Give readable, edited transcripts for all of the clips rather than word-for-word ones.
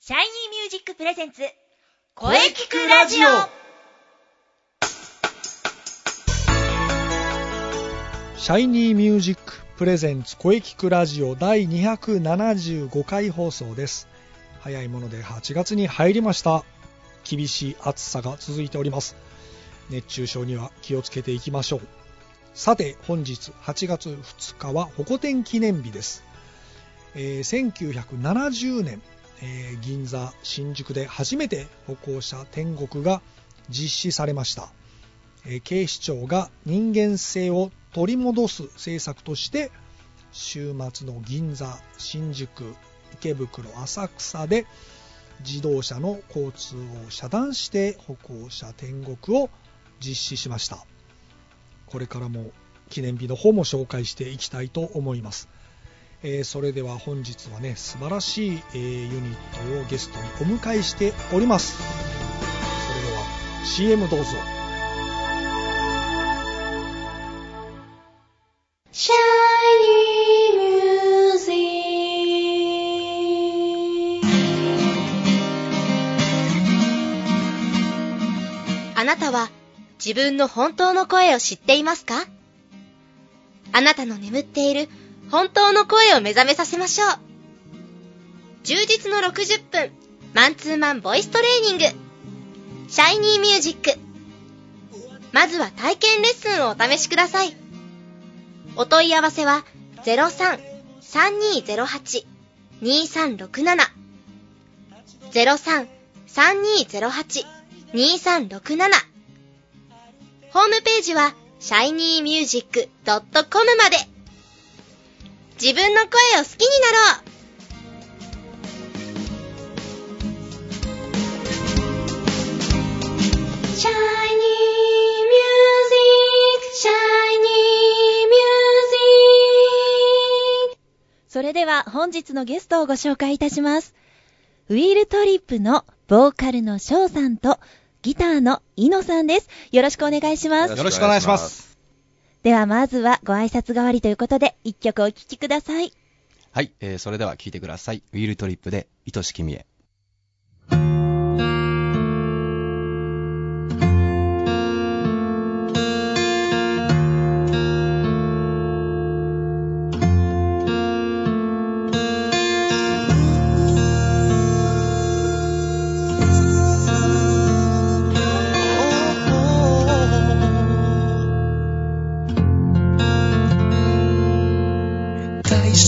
シャイニーミュージックプレゼンツ声聞くラジオ。 シャイニーミュージックプレゼンツ声聞くラジオ第275回放送です。早いもので8月に入りました。厳しい暑さが続いております。熱中症には気をつけていきましょう。さて本日8月2日はホコ天記念日です。1970年、銀座新宿で初めて歩行者天国が実施されました。警視庁が人間性を取り戻す政策として週末の銀座、新宿、池袋、浅草で自動車の交通を遮断して歩行者天国を実施しました。これからも記念日の方も紹介していきたいと思います。それでは本日はね、素晴らしい、ユニットをゲストにお迎えしております。それでは CM どうぞ。 シャイニーミュージック。あなたは自分の本当の声を知っていますか？あなたの眠っている本当の声を目覚めさせましょう。充実の60分マンツーマンボイストレーニング、シャイニーミュージック。まずは体験レッスンをお試しください。お問い合わせは 03-3208-2367 03-3208-2367。ホームページは shinymusic.com まで。自分の声を好きになろう。シャイニーミュージック、シャイニーミュージック。 それでは本日のゲストをご紹介いたします。ウィールトリップのボーカルの翔さんとギターのイノさんです。よろしくお願いします。 よろしくお願いします。 ではまずはご挨拶代わりということで一曲お聴きください。 はい、それでは聴いてください。ウィールトリップで愛し君へ。 はい、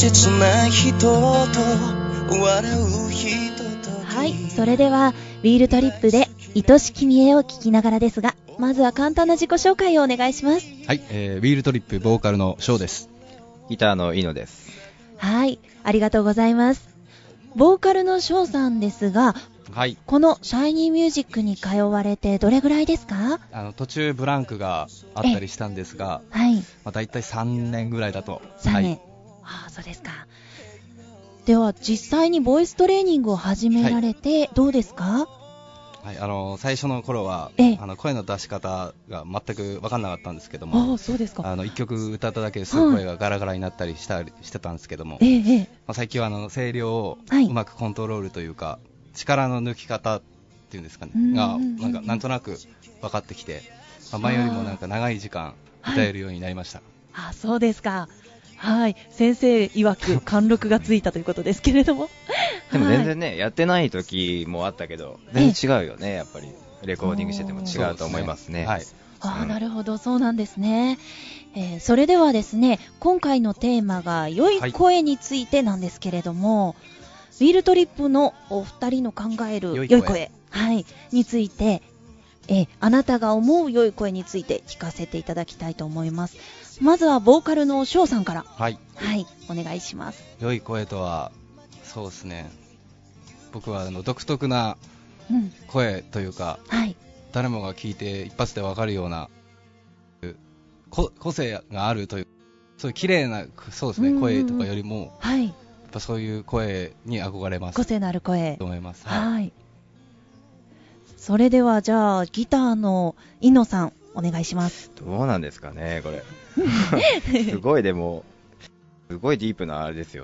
それではウィールトリップで愛し君へを聴きながらですが、まずは簡単な自己紹介をお願いします。 はい、ウィールトリップボーカルの翔です。 ギターのイノです。 はい、ありがとうございます。ボーカルの翔さんですが、 はい、 このシャイニーミュージックに通われてどれぐらいですか？ 途中ブランクがあったりしたんですが、 はい、 だいたい3年ぐらいだと。 3年、はい、ああ、そうですか。では実際にボイストレーニングを始められてどうですか？ はい、最初の頃は声の出し方が全く分かんなかったんですけども、 そうですか。 1曲歌っただけですごい声がガラガラになったりしてたんですけども、最近は声量をうまくコントロールというか、力の抜き方っていうんですかね、がなんとなく分かってきて、前よりも長い時間歌えるようになりました。 あ、そうですか。はい、先生曰く貫禄がついたということですけれどもでも全然ね、やってない時もあったけど全然違うよね。やっぱりレコーディングしてても違うと思いますね。はい、 なるほど、そうなんですね。それではですね、今回のテーマが良い声についてなんですけれども、ウィールトリップのお二人の考える良い声、はい、について、あなたが思う良い声について聞かせていただきたいと思います。まずはボーカルの翔さんから、はい、お願いします。 良い声とは、そうですね、僕は独特な声というか、誰もが聞いて一発で分かるような個性があるという、そういう綺麗な、そうですね、声とかよりも、やっぱそういう声に憧れます。 個性のある声と思います。 はい。それではじゃあギターのイノさんお願いします。 どうなんですかね、これすごい、でもすごいディープなあれですよね。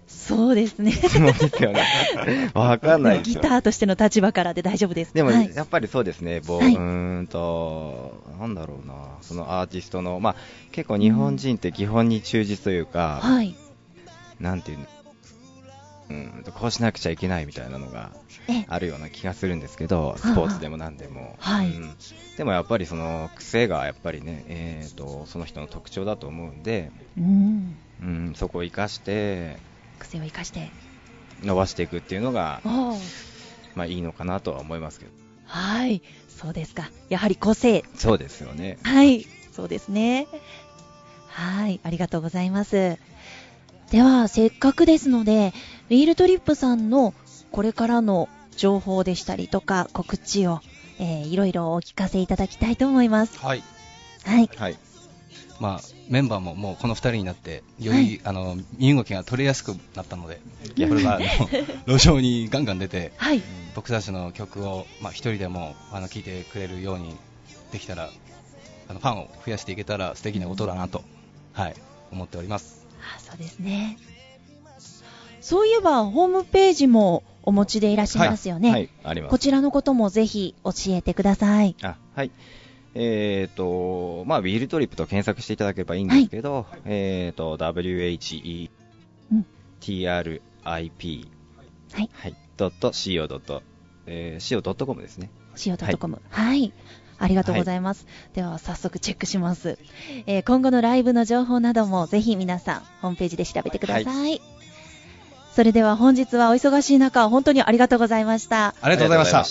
そうですね。 質問ですよね。わかんないですよ。 ギターとしての立場からで大丈夫です。 でも、 はい、 やっぱりそうですね、 はい、 なんだろうな、そのアーティストの、結構日本人って基本に忠実というか、 はい、 なんていうの、こうしなくちゃいけないみたいなのがあるような気がするんですけど、スポーツでも何でも、 はい、 でもやっぱりその癖がやっぱりね、その人の特徴だと思うんで、そこを生かして癖を生かして伸ばしていくっていうのがいいのかなとは思いますけど。 はい、そうですか。やはり個性。 そうですよね。 はい、そうですね。はい、ありがとうございます。ではせっかくですので、ウィールトリップさんのこれからの情報でしたりとか告知を、いろいろお聞かせいただきたいと思います。 はい。 はい。 はい。 メンバーももうこの2人になってより、身動きが取れやすくなったので、これから路上にガンガン出て、 はい、 僕たちの曲を一人でも聴いてくれるようにできたら、ファンを増やしていけたら素敵なことだなと、思っております。 そうですね。そういえばホームページもお持ちでいらっしゃいますよね。 はい、あります。 こちらのこともぜひ教えてください。 はい。ウィールトリップと検索していただければいいんですけど、WHETRIP、.co.com ですね。 co.com。はい。ありがとうございます。では早速チェックします。今後のライブの情報などもぜひ皆さんホームページで調べてください。それでは本日はお忙しい中本当にありがとうございました。 ありがとうございました。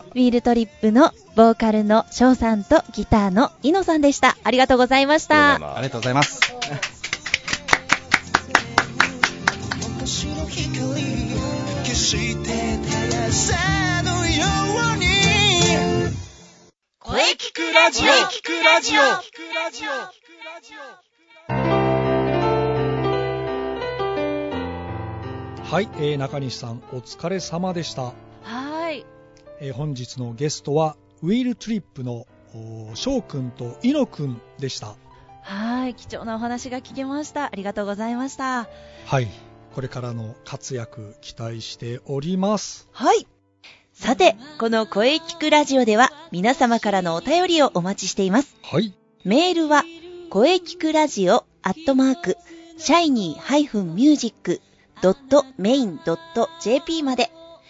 ウィールトリップのボーカルの翔さんとギターのイノさんでした。ありがとうございました。 ありがとうございます。 声聞くラジオ。 はい、中西さんお疲れ様でした。 はい、 本日のゲストはウィールトリップの翔くんとイノくんでした。 はい、貴重なお話が聞けました。ありがとうございました。 はい、これからの活躍期待しております。 はい。さて、この声聞くラジオでは皆様からのお便りをお待ちしています。 はい。 メールは声聞くラジオ@shiny-music.main.jp まで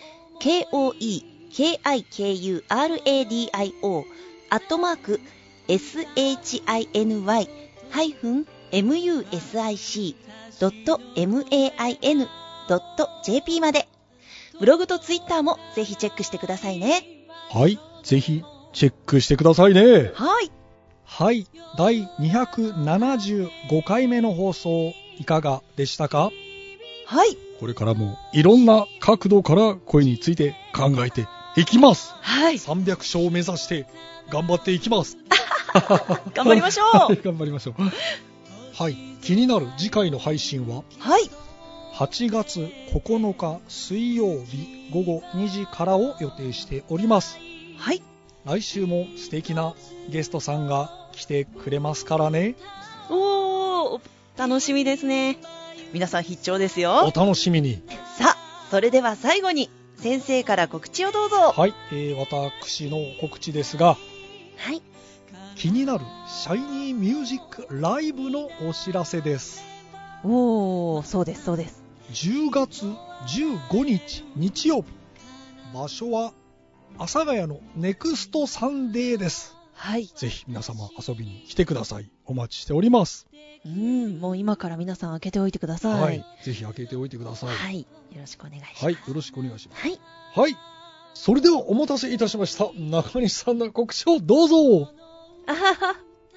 KOEKIURADIO@shiny-music.main.jp まで。ブログとツイッターもぜひチェックしてくださいね。 はい、ぜひチェックしてくださいね。 はい。 はい、第275回目の放送いかがでしたか？ はい。 これからもいろんな角度から声について考えていきます。 はい。 300勝を目指して頑張っていきます。 頑張りましょう。 頑張りましょう。はい、気になる次回の配信は、 はい。 8月9日水曜日午後2時からを予定しております。 はい。 来週も素敵なゲストさんが来てくれますからね。 おー、楽しみですね。皆さん必聴ですよ。 お楽しみに。 さあ、それでは最後に先生から告知をどうぞ。 はい、私の告知ですが、 はい。 気になるシャイニーミュージックライブのお知らせです。 おー、そうですそうです。 10月15日日曜日、場所は阿佐ヶ谷のネクストサンデーです。 はい。 ぜひ皆様遊びに来てください。お待ちしております。 もう今から皆さん開けておいてください。 はい、ぜひ開けておいてください。 はい、よろしくお願いします。 はい、よろしくお願いします。 はい。 はい、それではお待たせいたしました。中西さんの告知をどうぞ。 あはは。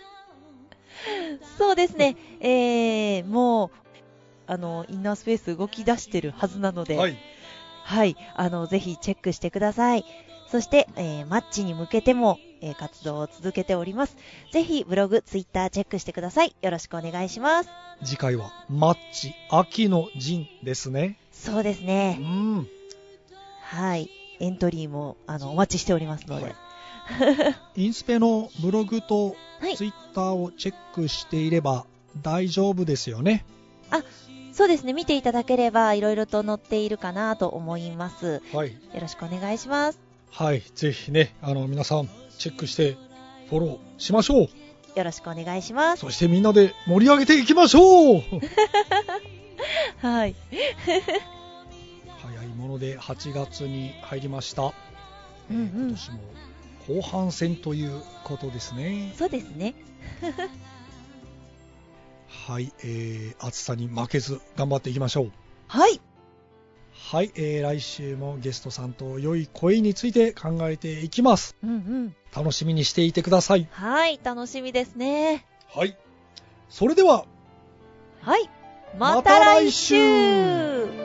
そうですね。もうインナースペース動き出してるはずなので、はい、はい、ぜひチェックしてください。そして、マッチに向けても、活動を続けております。ぜひブログ、ツイッターチェックしてください。よろしくお願いします。 次回はマッチ秋の陣ですね。 そうですね。はい、エントリーもお待ちしておりますので、はい、 インスペのブログとツイッターをチェックしていれば大丈夫ですよね。 そうですね、見ていただければいろいろと載っているかなと思います。 はい。 よろしくお願いします。 はい。ぜひね、皆さんチェックしてフォローしましょう。 よろしくお願いします。 そしてみんなで盛り上げていきましょう。 はい。 早いもので8月に入りました。今年も後半戦ということですね。 そうですね。 はい、暑さに負けず頑張っていきましょう。 はい。 はい、来週もゲストさんと良い声について考えていきます。楽しみにしていてください。 はい、楽しみですね。 はい。それでは。 はい。また来週。